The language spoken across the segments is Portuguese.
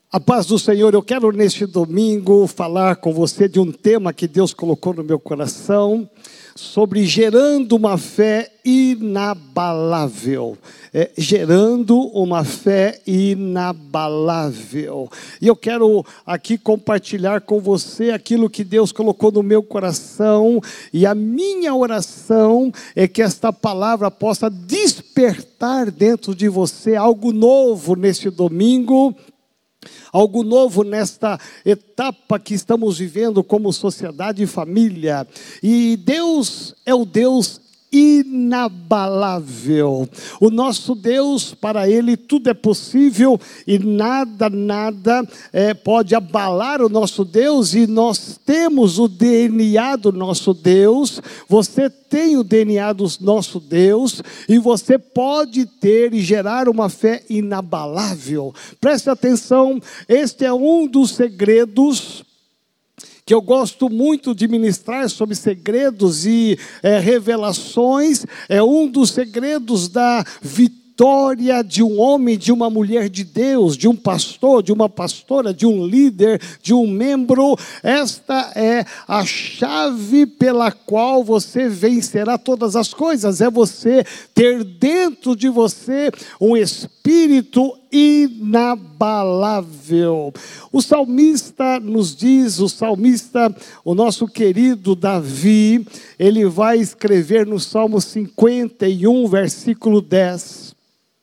A paz do Senhor, eu quero neste domingo falar com você de um tema que Deus colocou no meu coração, sobre gerando uma fé inabalável. Gerando uma fé inabalável. E eu quero aqui compartilhar com você aquilo que Deus colocou no meu coração, e a minha oração é que esta palavra possa despertar dentro de você algo novo neste domingo, algo novo nesta etapa que estamos vivendo como sociedade e família. E Deus é o Deus inabalável. O nosso Deus, para Ele tudo é possível e nada pode abalar o nosso Deus. E nós temos o DNA do nosso Deus. Você tem o DNA do nosso Deus e você pode ter e gerar uma fé inabalável. Preste atenção, este é um dos segredos que eu gosto muito de ministrar sobre segredos e revelações. É um dos segredos da vitória de um homem, de uma mulher de Deus, de um pastor, de uma pastora, de um líder, de um membro. Esta é a chave pela qual você vencerá todas as coisas. É você ter dentro de você um espírito inabalável. O salmista nos diz, o nosso querido Davi, ele vai escrever no Salmo 51, versículo 10.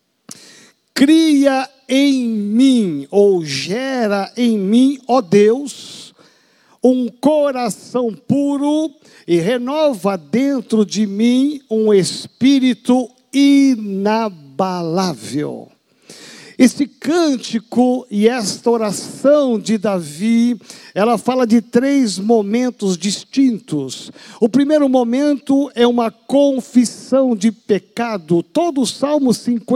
Cria em mim, ou gera em mim, ó Deus, um coração puro e renova dentro de mim um espírito inabalável. Este cântico e esta oração de Davi, ela fala de 3 momentos distintos. O primeiro momento é uma confissão de pecado. Todo o Salmo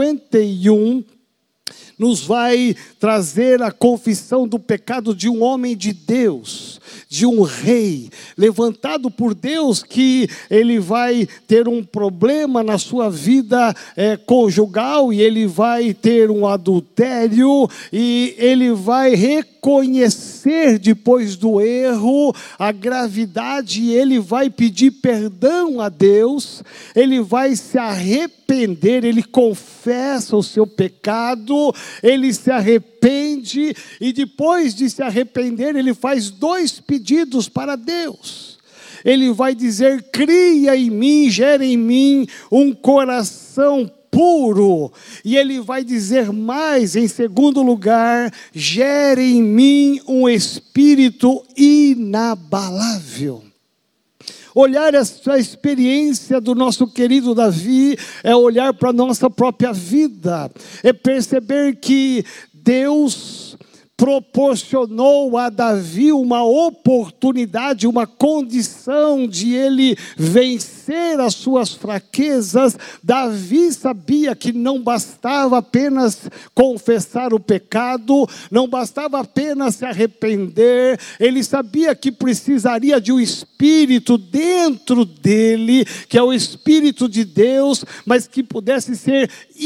51 nos vai trazer a confissão do pecado de um homem de Deus, de um rei, levantado por Deus, que ele vai ter um problema na sua vida conjugal, e ele vai ter um adultério, e ele vai reconhecer depois do erro a gravidade, e ele vai pedir perdão a Deus, ele vai se arrepender, ele confessa o seu pecado, ele se arrepende, e depois de se arrepender, ele faz 2 pedidos para Deus. Ele vai dizer: cria em mim, gera em mim um coração puro. E ele vai dizer mais, em segundo lugar: gere em mim um espírito inabalável. Olhar essa experiência do nosso querido Davi é olhar para a nossa própria vida, é perceber que Deus proporcionou a Davi uma oportunidade, uma condição de ele vencer as suas fraquezas. Davi sabia que não bastava apenas confessar o pecado, não bastava apenas se arrepender, ele sabia que precisaria de um espírito dentro dele, que é o Espírito de Deus, mas que pudesse ser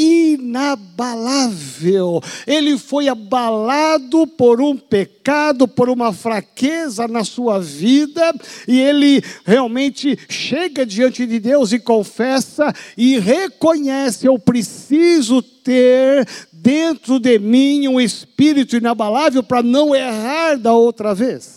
inabalável. Ele foi abalado por um pecado, por uma fraqueza na sua vida, e ele realmente chega diante de Deus e confessa e reconhece: eu preciso ter dentro de mim um espírito inabalável para não errar da outra vez.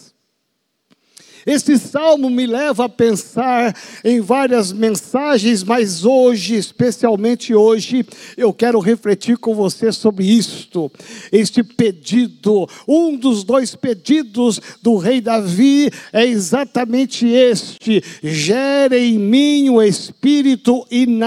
Este salmo me leva a pensar em várias mensagens, mas hoje, especialmente hoje, eu quero refletir com você sobre isto. Este pedido, um dos 2 pedidos do rei Davi é exatamente este: gere em mim um espírito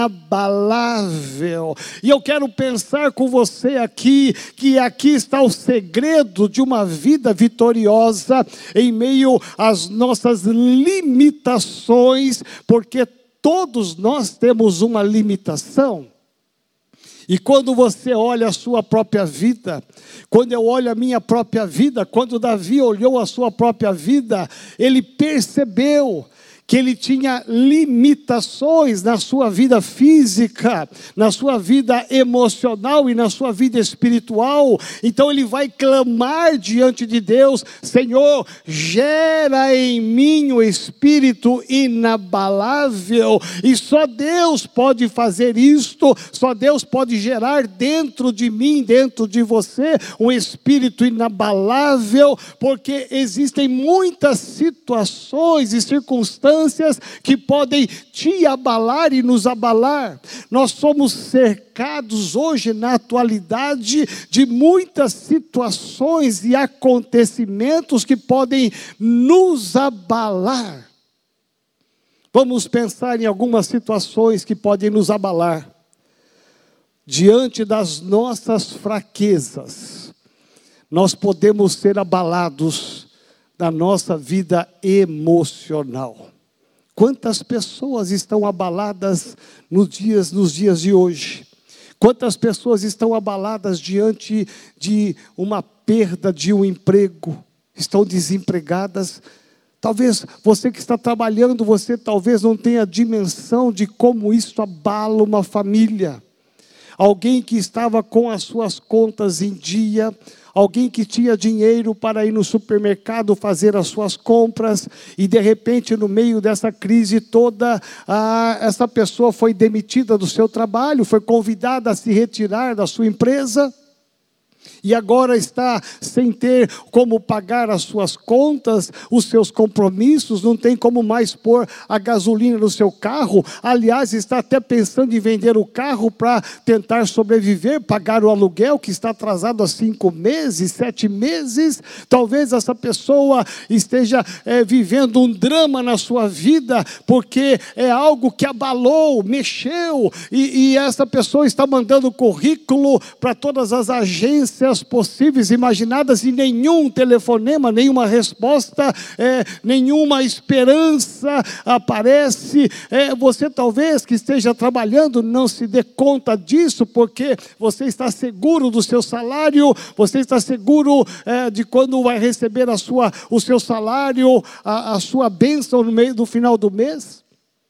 inabalável. E eu quero pensar com você aqui, que aqui está o segredo de uma vida vitoriosa em meio às nossas limitações, porque todos nós temos uma limitação. E quando você olha a sua própria vida, quando eu olho a minha própria vida, quando Davi olhou a sua própria vida, ele percebeu que ele tinha limitações na sua vida física, na sua vida emocional e na sua vida espiritual. Então ele vai clamar diante de Deus: Senhor, gera em mim o espírito inabalável. E só Deus pode fazer isto, só Deus pode gerar dentro de mim, dentro de você, um espírito inabalável, porque existem muitas situações e circunstâncias que podem te abalar e nos abalar. Nós somos cercados hoje, na atualidade, de muitas situações e acontecimentos que podem nos abalar. Vamos pensar em algumas situações que podem nos abalar. Diante das nossas fraquezas, nós podemos ser abalados da nossa vida emocional. Quantas pessoas estão abaladas nos dias de hoje? Quantas pessoas estão abaladas diante de uma perda de um emprego? Estão desempregadas? Talvez você que está trabalhando, você talvez não tenha dimensão de como isso abala uma família. Alguém que estava com as suas contas em dia, alguém que tinha dinheiro para ir no supermercado fazer as suas compras, e de repente, no meio dessa crise toda, essa pessoa foi demitida do seu trabalho, foi convidada a se retirar da sua empresa, e agora está sem ter como pagar as suas contas, os seus compromissos, não tem como mais pôr a gasolina no seu carro. Aliás, está até pensando em vender o carro para tentar sobreviver, pagar o aluguel que está atrasado há 5 meses, 7 meses. Talvez essa pessoa esteja vivendo um drama na sua vida, porque é algo que abalou, mexeu, e essa pessoa está mandando currículo para todas as agências possíveis, imaginadas, e nenhum telefonema, nenhuma resposta, nenhuma esperança aparece. Você talvez que esteja trabalhando não se dê conta disso, porque você está seguro do seu salário, você está seguro de quando vai receber o seu salário, a sua bênção no meio do final do mês.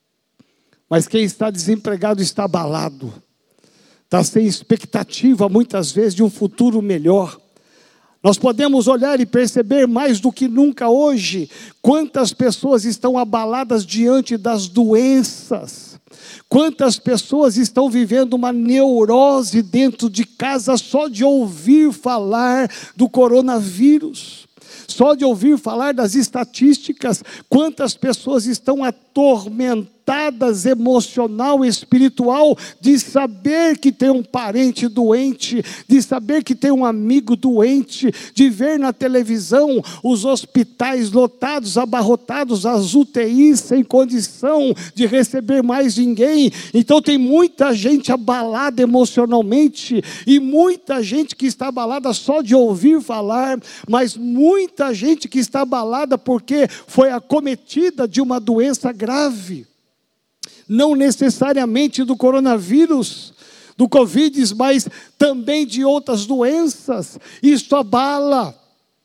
Mas quem está desempregado está abalado. Está sem expectativa, muitas vezes, de um futuro melhor. Nós podemos olhar e perceber mais do que nunca hoje, quantas pessoas estão abaladas diante das doenças. Quantas pessoas estão vivendo uma neurose dentro de casa só de ouvir falar do coronavírus. Só de ouvir falar das estatísticas, quantas pessoas estão atormentadas emocional e espiritual, de saber que tem um parente doente, de saber que tem um amigo doente, de ver na televisão os hospitais lotados, abarrotados, as UTIs sem condição de receber mais ninguém. Então tem muita gente abalada emocionalmente, e muita gente que está abalada só de ouvir falar, mas muita gente que está abalada porque foi acometida de uma doença grave. Não necessariamente do coronavírus, do Covid, mas também de outras doenças. Isso abala.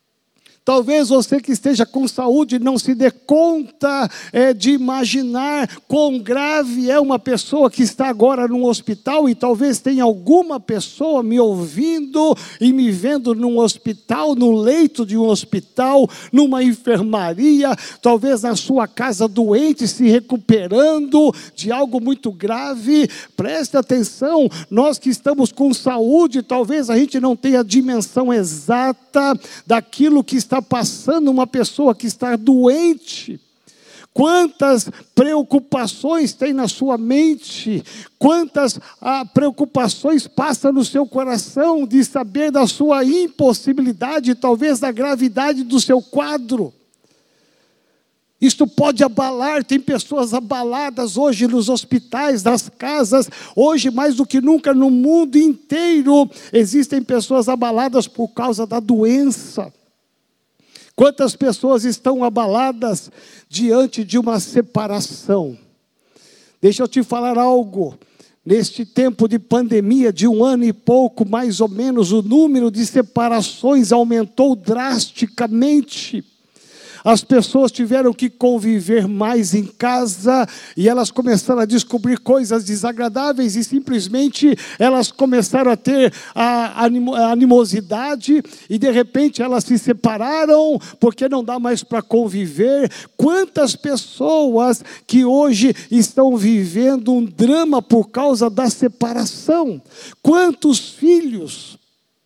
Talvez você que esteja com saúde não se dê conta de imaginar quão grave é uma pessoa que está agora num hospital, e talvez tenha alguma pessoa me ouvindo e me vendo num hospital, no leito de um hospital, numa enfermaria, talvez na sua casa doente, se recuperando de algo muito grave. Preste atenção, nós que estamos com saúde, talvez a gente não tenha a dimensão exata daquilo que está passando uma pessoa que está doente. Quantas preocupações tem na sua mente, quantas preocupações passam no seu coração de saber da sua impossibilidade, talvez da gravidade do seu quadro. Isto pode abalar. Tem pessoas abaladas hoje nos hospitais, nas casas. Hoje, mais do que nunca, no mundo inteiro, existem pessoas abaladas por causa da doença. Quantas pessoas estão abaladas diante de uma separação? Deixa eu te falar algo. Neste tempo de pandemia, de 1 ano e pouco, mais ou menos, o número de separações aumentou drasticamente. as pessoas tiveram que conviver mais em casa e elas começaram a descobrir coisas desagradáveis e simplesmente elas começaram a ter a animosidade e de repente elas se separaram porque não dá mais para conviver. Quantas pessoas que hoje estão vivendo um drama por causa da separação? Quantos filhos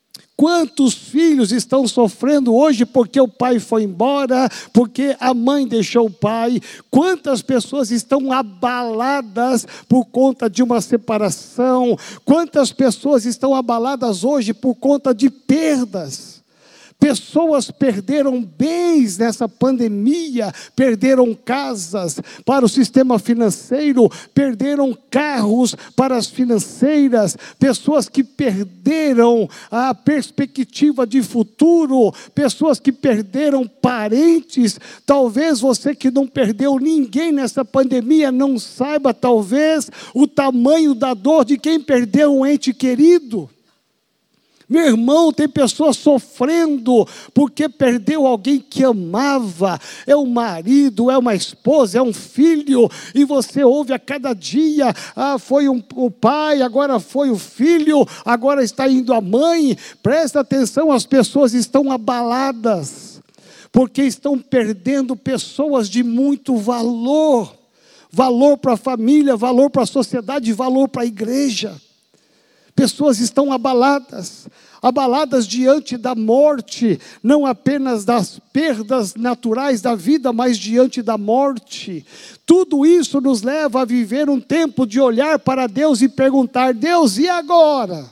estão sofrendo hoje porque o pai foi embora, porque a mãe deixou o pai? Quantas pessoas estão abaladas por conta de uma separação? Quantas pessoas estão abaladas hoje por conta de perdas? Pessoas perderam bens nessa pandemia, perderam casas para o sistema financeiro, perderam carros para as financeiras, pessoas que perderam a perspectiva de futuro, pessoas que perderam parentes. Talvez você que não perdeu ninguém nessa pandemia não saiba, talvez, o tamanho da dor de quem perdeu um ente querido. Meu irmão, tem pessoas sofrendo porque perdeu alguém que amava. É um marido, é uma esposa, é um filho. E você ouve a cada dia, foi o pai, agora foi o filho, agora está indo a mãe. Presta atenção, as pessoas estão abaladas, porque estão perdendo pessoas de muito valor. Valor para a família, valor para a sociedade, valor para a igreja. Pessoas estão abaladas diante da morte, não apenas das perdas naturais da vida, mas diante da morte. Tudo isso nos leva a viver um tempo de olhar para Deus e perguntar: Deus, e agora?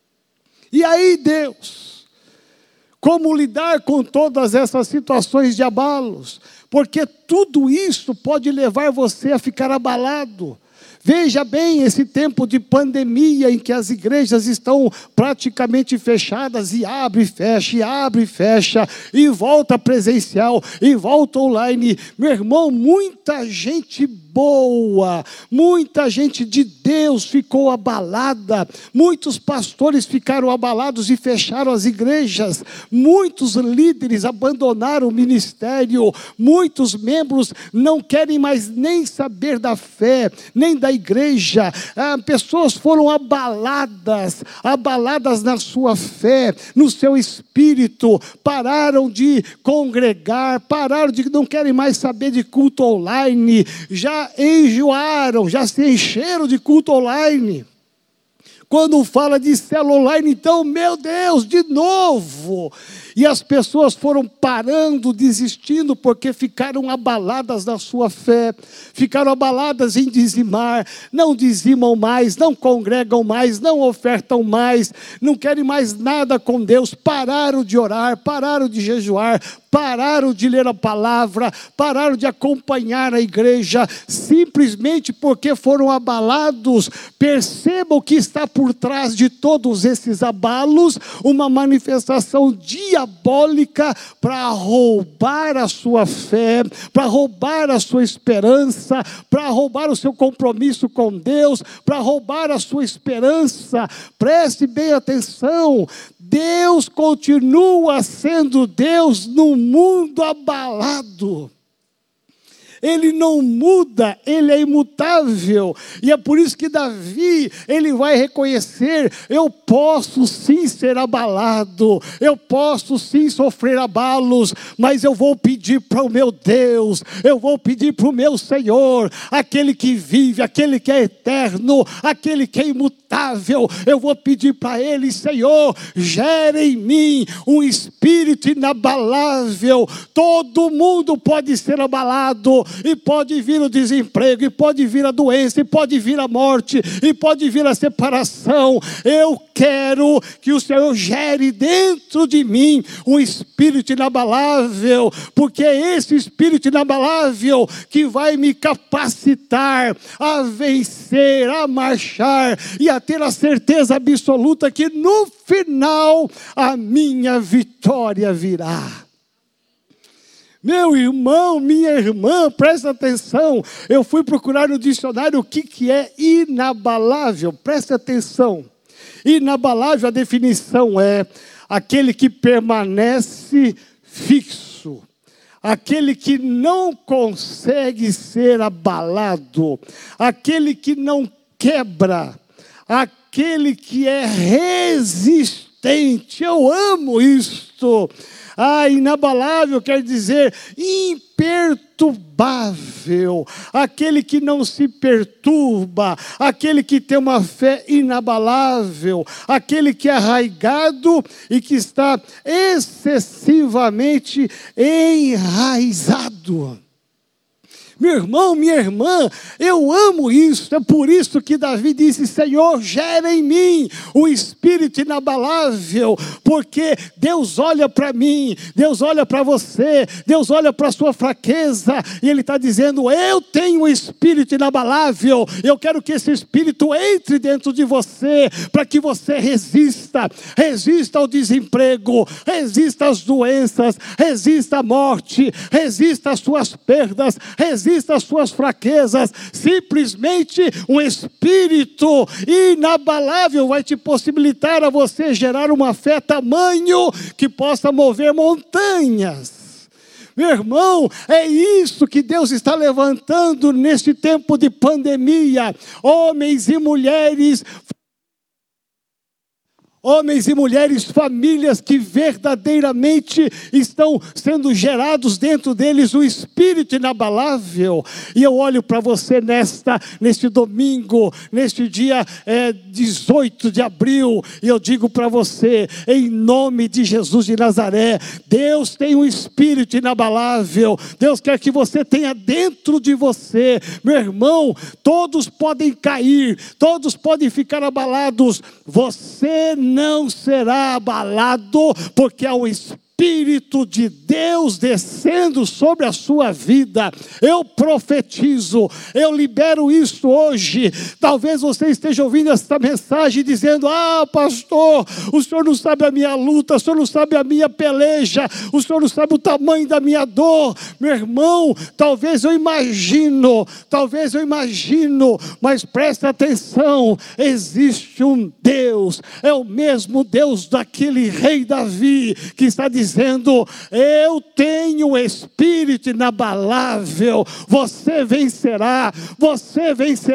E aí, Deus? Como lidar com todas essas situações de abalos? Porque tudo isso pode levar você a ficar abalado. Veja bem, esse tempo de pandemia em que as igrejas estão praticamente fechadas e abre e fecha, e volta presencial, e volta online. Meu irmão, muita gente boa, muita gente de Deus ficou abalada, muitos pastores ficaram abalados e fecharam as igrejas, muitos líderes abandonaram o ministério, muitos membros não querem mais nem saber da fé, nem da igreja. Pessoas foram abaladas na sua fé, no seu espírito, pararam de congregar, não querem mais saber de culto online, já enjoaram, já se encheram de culto online. Quando fala de célula online, então, meu Deus, de novo. E as pessoas foram parando, desistindo, porque ficaram abaladas na sua fé, ficaram abaladas em dizimar, não dizimam mais, não congregam mais, não ofertam mais, não querem mais nada com Deus, pararam de orar, pararam de jejuar, pararam de ler a palavra, pararam de acompanhar a igreja, simplesmente porque foram abalados. Perceba o que está por trás de todos esses abalos: uma manifestação diabólica para roubar a sua fé, para roubar a sua esperança, para roubar o seu compromisso com Deus, para roubar a sua esperança. Preste bem atenção, Deus continua sendo Deus no mundo abalado. Ele não muda, ele é imutável. E é por isso que Davi, ele vai reconhecer: eu posso sim ser abalado, eu posso sim sofrer abalos, mas eu vou pedir para o meu Deus, eu vou pedir para o meu Senhor, aquele que vive, aquele que é eterno, aquele que é imutável. Eu vou pedir para Ele: Senhor, gera em mim um espírito inabalável. Todo mundo pode ser abalado, e pode vir o desemprego, e pode vir a doença, e pode vir a morte, e pode vir a separação. Eu quero que o Senhor gere dentro de mim um espírito inabalável, porque é esse espírito inabalável que vai me capacitar a vencer, a marchar e a ter a certeza absoluta que no final a minha vitória virá. Meu irmão, minha irmã, presta atenção. Eu fui procurar no dicionário o que é inabalável. Presta atenção. Inabalável, a definição é aquele que permanece fixo, aquele que não consegue ser abalado, aquele que não quebra, aquele que é resistente. Eu amo isto. Inabalável quer dizer imperturbável, aquele que não se perturba, aquele que tem uma fé inabalável, aquele que é arraigado e que está excessivamente enraizado. Meu irmão, minha irmã, eu amo isso. É por isso que Davi disse: Senhor, gera em mim o espírito inabalável, porque Deus olha para mim, Deus olha para você, Deus olha para a sua fraqueza, e Ele está dizendo: eu tenho um espírito inabalável, eu quero que esse espírito entre dentro de você, para que você resista ao desemprego, resista às doenças, resista à morte, resista às suas perdas, resista às suas fraquezas. Simplesmente um espírito inabalável vai te possibilitar a você gerar uma fé tamanho que possa mover montanhas. Meu irmão, é isso que Deus está levantando neste tempo de pandemia. Homens e mulheres, famílias que verdadeiramente estão sendo gerados dentro deles o espírito inabalável. E eu olho para você neste domingo, neste dia 18 de abril, e eu digo para você, em nome de Jesus de Nazaré, Deus tem um espírito inabalável. Deus quer que você tenha dentro de você. Meu irmão, todos podem cair, todos podem ficar abalados, você não será abalado, porque há o Espírito de Deus descendo sobre a sua vida. Eu profetizo, eu libero isso hoje. Talvez você esteja ouvindo esta mensagem dizendo: pastor, o senhor não sabe a minha luta, o senhor não sabe a minha peleja, o senhor não sabe o tamanho da minha dor. Meu irmão, talvez eu imagino, mas presta atenção, existe um Deus, é o mesmo Deus daquele rei Davi, que está dizendo: eu tenho o espírito inabalável. Você vencerá, você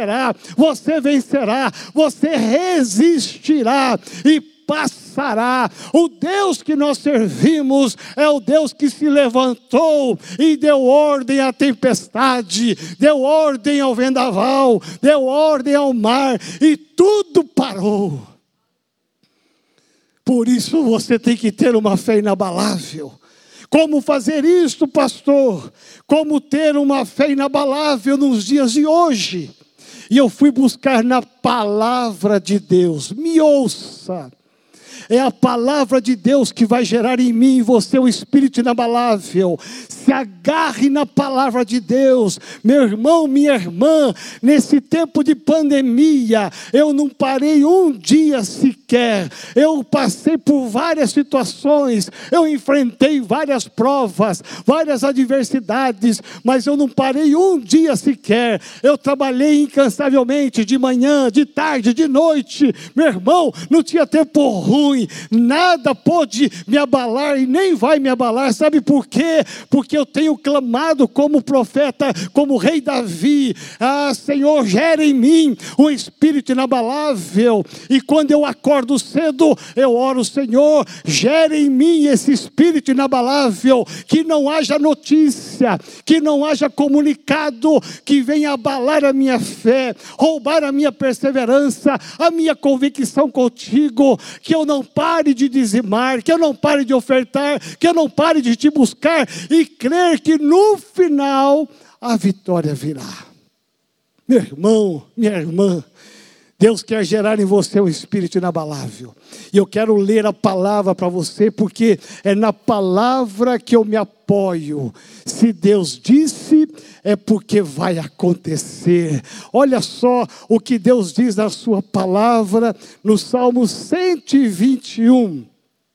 resistirá e passará. O Deus que nós servimos é o Deus que se levantou e deu ordem à tempestade, deu ordem ao vendaval, deu ordem ao mar, e tudo parou. Por isso você tem que ter uma fé inabalável. Como fazer isso, pastor? Como ter uma fé inabalável nos dias de hoje? E eu fui buscar na palavra de Deus. Me ouça. É a palavra de Deus que vai gerar em mim e você o espírito inabalável. Se agarre na palavra de Deus. Meu irmão, minha irmã, nesse tempo de pandemia, eu não parei um dia sequer. Eu passei por várias situações, eu enfrentei várias provas, várias adversidades, mas eu não parei um dia sequer. Eu trabalhei incansavelmente, de manhã, de tarde, de noite. Meu irmão, não tinha tempo ruim, nada pôde me abalar e nem vai me abalar. Sabe por quê? Porque eu tenho clamado como profeta, como rei Davi: Senhor, gera em mim um espírito inabalável. E quando eu acordo cedo, eu oro: Senhor, gera em mim esse espírito inabalável, que não haja notícia, que não haja comunicado que venha abalar a minha fé, roubar a minha perseverança, a minha convicção contigo, que eu não pare de dizimar, que eu não pare de ofertar, que eu não pare de te buscar e crer que no final a vitória virá. Meu irmão, minha irmã, Deus quer gerar em você um espírito inabalável. E eu quero ler a palavra para você, porque é na palavra que eu me apoio. Se Deus disse, é porque vai acontecer. Olha só o que Deus diz na sua palavra, no Salmo 121.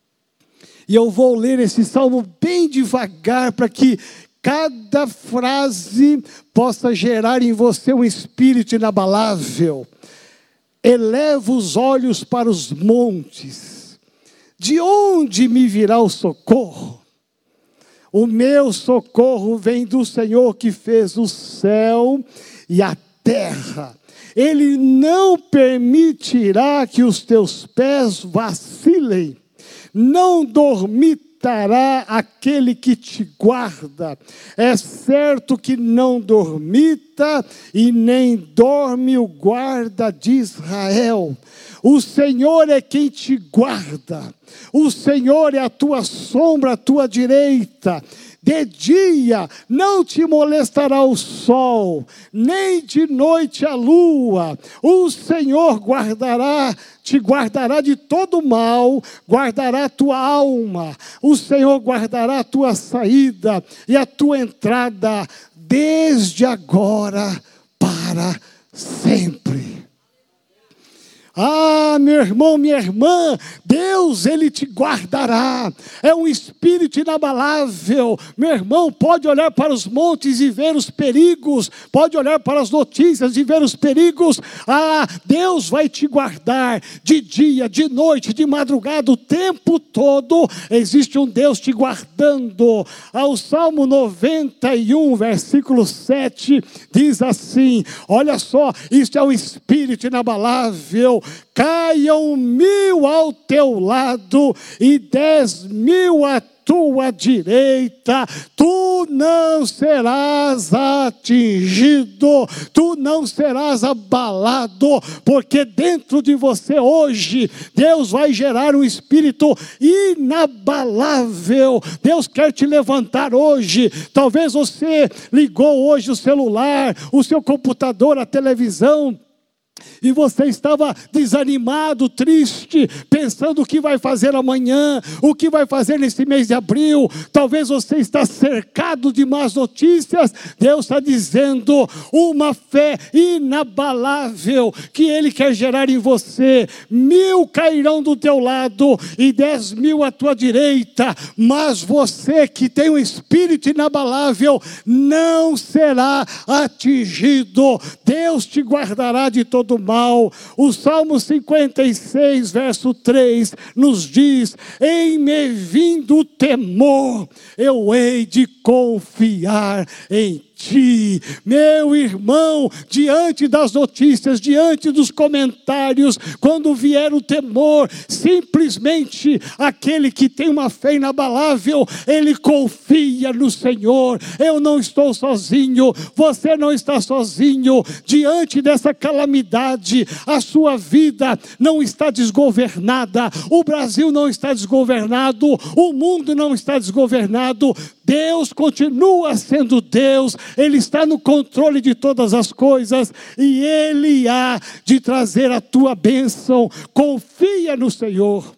E eu vou ler esse salmo bem devagar, para que cada frase possa gerar em você um espírito inabalável. Eleva os olhos para os montes, de onde me virá o socorro? O meu socorro vem do Senhor que fez o céu e a terra. Ele não permitirá que os teus pés vacilem. Não dormitará aquele que te guarda. É certo que não dormita e nem dorme o guarda de Israel. O Senhor é quem te guarda. O Senhor é a tua sombra, a tua direita. De dia não te molestará o sol, nem de noite a lua. O Senhor te guardará de todo mal, guardará a tua alma. O Senhor guardará a tua saída e a tua entrada, desde agora para sempre. Ah, meu irmão, minha irmã, Deus, Ele te guardará. É um espírito inabalável. Meu irmão, pode olhar para os montes e ver os perigos. Pode olhar para as notícias e ver os perigos. Ah, Deus vai te guardar de dia, de noite, de madrugada, o tempo todo. Existe um Deus te guardando. O Salmo 91, versículo 7, diz assim, olha só, isso é um espírito inabalável. Caiam 1000 ao teu lado e 10.000 à tua direita, tu não serás atingido, tu não serás abalado, porque dentro de você hoje, Deus vai gerar um espírito inabalável. Deus quer te levantar hoje. Talvez você ligou hoje o celular, o seu computador, a televisão, e você estava desanimado, triste, pensando o que vai fazer amanhã, o que vai fazer nesse mês de abril. Talvez você está cercado de más notícias. Deus está dizendo uma fé inabalável que Ele quer gerar em você. 1000 cairão do teu lado e 10.000 à tua direita, mas você que tem um espírito inabalável não será atingido. Deus te guardará de todo mal. O Salmo 56, verso 3, nos diz, em me vindo o temor, eu hei de confiar em ti. Meu irmão, diante das notícias, diante dos comentários, quando vier o temor, simplesmente aquele que tem uma fé inabalável, ele confia no Senhor. Eu não estou sozinho, você não está sozinho. Diante dessa calamidade, a sua vida não está desgovernada, o Brasil não está desgovernado, o mundo não está desgovernado. Deus continua sendo Deus, Ele está no controle de todas as coisas e Ele há de trazer a tua bênção. Confia no Senhor.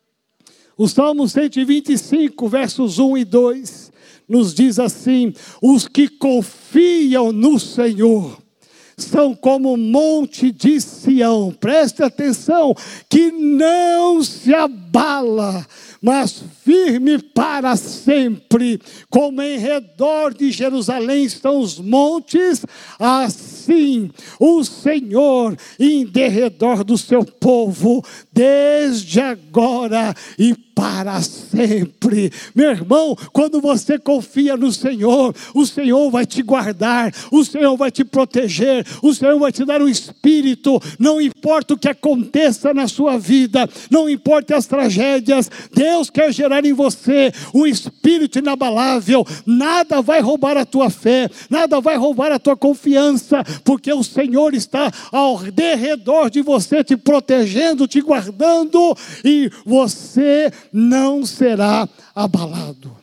O Salmo 125, versos 1 e 2, nos diz assim, os que confiam no Senhor são como o monte de Sião, preste atenção, que não se abala, mas firme para sempre. Como em redor de Jerusalém estão os montes, assim o Senhor em derredor do seu povo, desde agora e para sempre. Meu irmão, quando você confia no Senhor, o Senhor vai te guardar, o Senhor vai te proteger, o Senhor vai te dar um espírito. Não importa o que aconteça na sua vida, não importa as tragédias, Deus quer gerar em você um espírito inabalável. Nada vai roubar a tua fé, nada vai roubar a tua confiança, porque o Senhor está ao derredor de você, te protegendo, te guardando, e você não será abalado.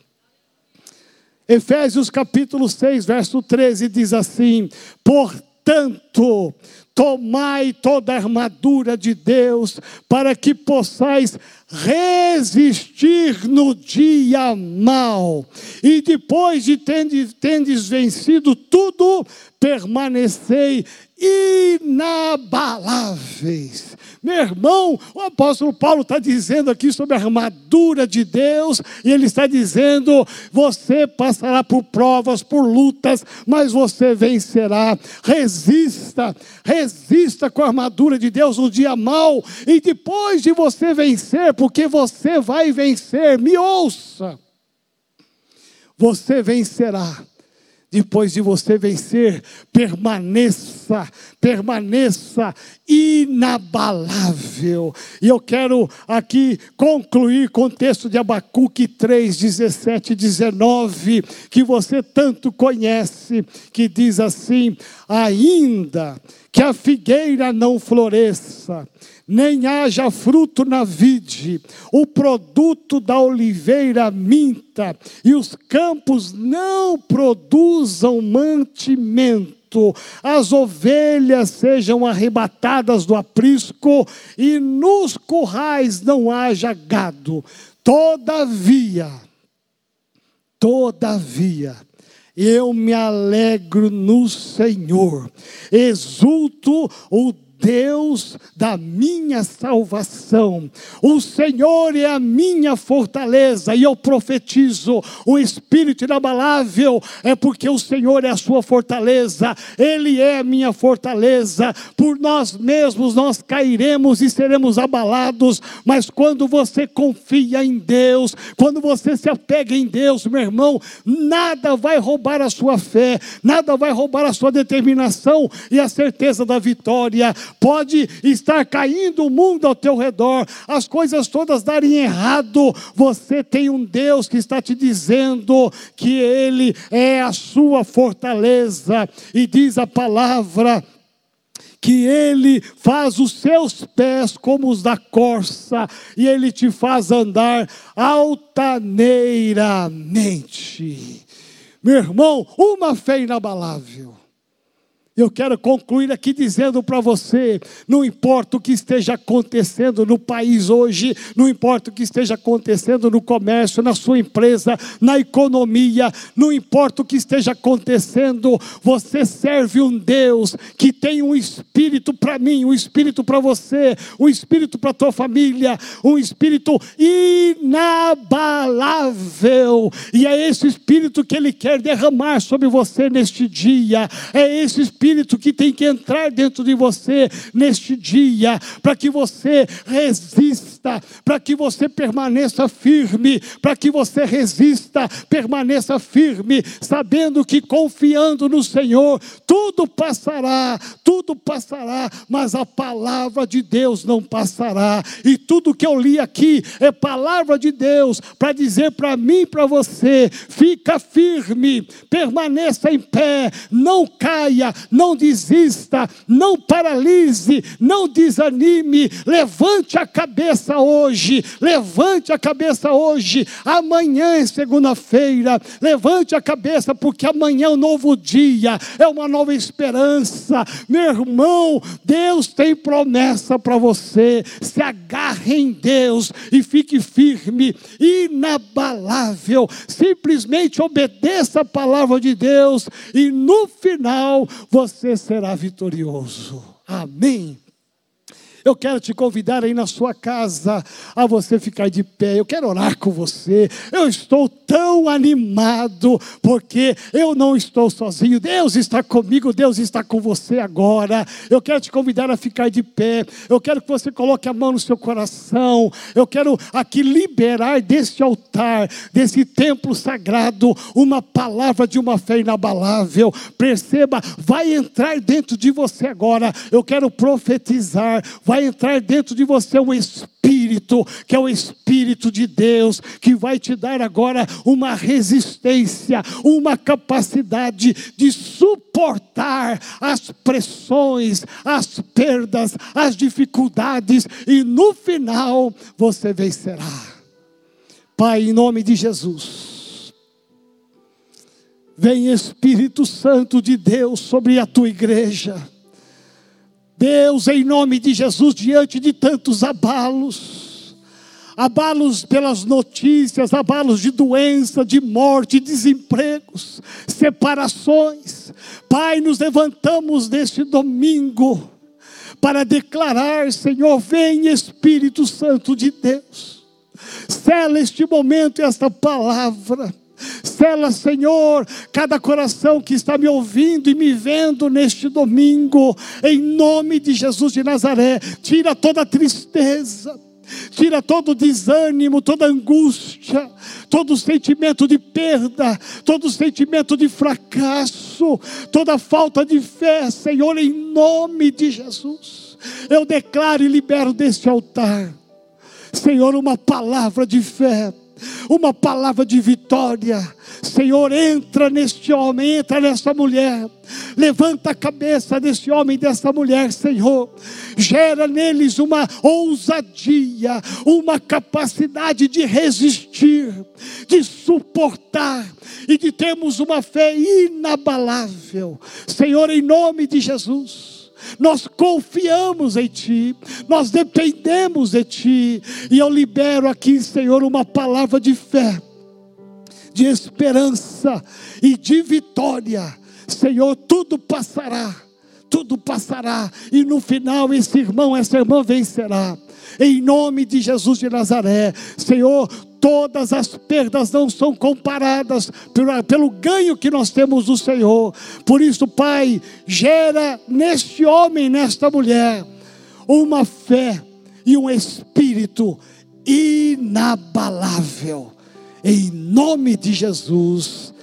Efésios capítulo 6, verso 13 diz assim, portanto, tomai toda a armadura de Deus, para que possais resistir no dia mau, e depois de tendes vencido tudo, permanecei inabaláveis. Meu irmão, o apóstolo Paulo está dizendo aqui sobre a armadura de Deus, e ele está dizendo, você passará por provas, por lutas, mas você vencerá. Resista com a armadura de Deus no dia mau, e depois de você vencer, porque você vai vencer, me ouça, você vencerá. Depois de você vencer, permaneça inabalável. E eu quero aqui concluir com o texto de Abacuque 3, 17 e 19, que você tanto conhece, que diz assim: ainda que a figueira não floresça, nem haja fruto na vide, o produto da oliveira minta, e os campos não produzam mantimento, as ovelhas sejam arrebatadas do aprisco, e nos currais não haja gado. Todavia, eu me alegro no Senhor, exulto o Deus da minha salvação. O Senhor é a minha fortaleza, e eu profetizo: o Espírito inabalável é porque o Senhor é a sua fortaleza, Ele é a minha fortaleza. Por nós mesmos nós cairemos e seremos abalados, mas quando você confia em Deus, quando você se apega em Deus, meu irmão, nada vai roubar a sua fé, nada vai roubar a sua determinação e a certeza da vitória. Pode estar caindo o mundo ao teu redor, as coisas todas darem errado, você tem um Deus que está te dizendo que Ele é a sua fortaleza, e diz a palavra que Ele faz os seus pés como os da corça, e Ele te faz andar altaneiramente. Meu irmão, uma fé inabalável. Eu quero concluir aqui dizendo para você: não importa o que esteja acontecendo no país hoje, não importa o que esteja acontecendo no comércio, na sua empresa, na economia, não importa o que esteja acontecendo, você serve um Deus que tem um espírito para mim, um espírito para você, um espírito para a tua família, um espírito inabalável, e é esse espírito que Ele quer derramar sobre você neste dia, é esse espírito que tem que entrar dentro de você neste dia, para que você resista, para que você permaneça firme, para que você resista, permaneça firme, sabendo que confiando no Senhor, tudo passará, mas a palavra de Deus não passará. E tudo que eu li aqui é palavra de Deus, para dizer para mim e para você: fica firme, permaneça em pé, não caia, não desista, não paralise, não desanime, levante a cabeça hoje, amanhã é segunda-feira, levante a cabeça, porque amanhã é um novo dia, é uma nova esperança. Meu irmão, Deus tem promessa para você, se agarre em Deus e fique firme, inabalável, simplesmente obedeça a palavra de Deus, e no final você será vitorioso. Amém. Eu quero te convidar aí na sua casa a você ficar de pé. Eu quero orar com você. Eu estou tão animado porque eu não estou sozinho. Deus está comigo, Deus está com você agora. Eu quero te convidar a ficar de pé. Eu quero que você coloque a mão no seu coração. Eu quero aqui liberar desse altar, desse templo sagrado, uma palavra de uma fé inabalável. Perceba, vai entrar dentro de você agora. Eu quero profetizar. Vai entrar dentro de você um Espírito, que é o Espírito de Deus, que vai te dar agora uma resistência, uma capacidade de suportar as pressões, as perdas, as dificuldades, e no final você vencerá. Pai, em nome de Jesus, vem Espírito Santo de Deus sobre a tua igreja. Deus, em nome de Jesus, diante de tantos abalos pelas notícias, abalos de doença, de morte, desempregos, separações, Pai, nos levantamos neste domingo para declarar: Senhor, vem Espírito Santo de Deus, sela este momento e esta palavra. Sela, Senhor, cada coração que está me ouvindo e me vendo neste domingo, em nome de Jesus de Nazaré. Tira toda a tristeza, Tira todo desânimo, toda angústia, todo sentimento de perda, todo sentimento de fracasso, toda falta de fé, Senhor, em nome de Jesus. Eu declaro e libero deste altar, Senhor, uma palavra de fé, uma palavra de vitória. Senhor, entra neste homem, entra nessa mulher, levanta a cabeça desse homem e dessa mulher, Senhor, gera neles uma ousadia, uma capacidade de resistir, de suportar e de termos uma fé inabalável. Senhor, em nome de Jesus, nós confiamos em Ti, nós dependemos de Ti, e eu libero aqui, Senhor, uma palavra de fé, de esperança e de vitória. Senhor, tudo passará, e no final esse irmão, essa irmã vencerá, em nome de Jesus de Nazaré. Senhor, todas as perdas não são comparadas pelo ganho que nós temos do Senhor. Por isso, Pai, gera neste homem, nesta mulher, uma fé e um espírito inabalável. Em nome de Jesus.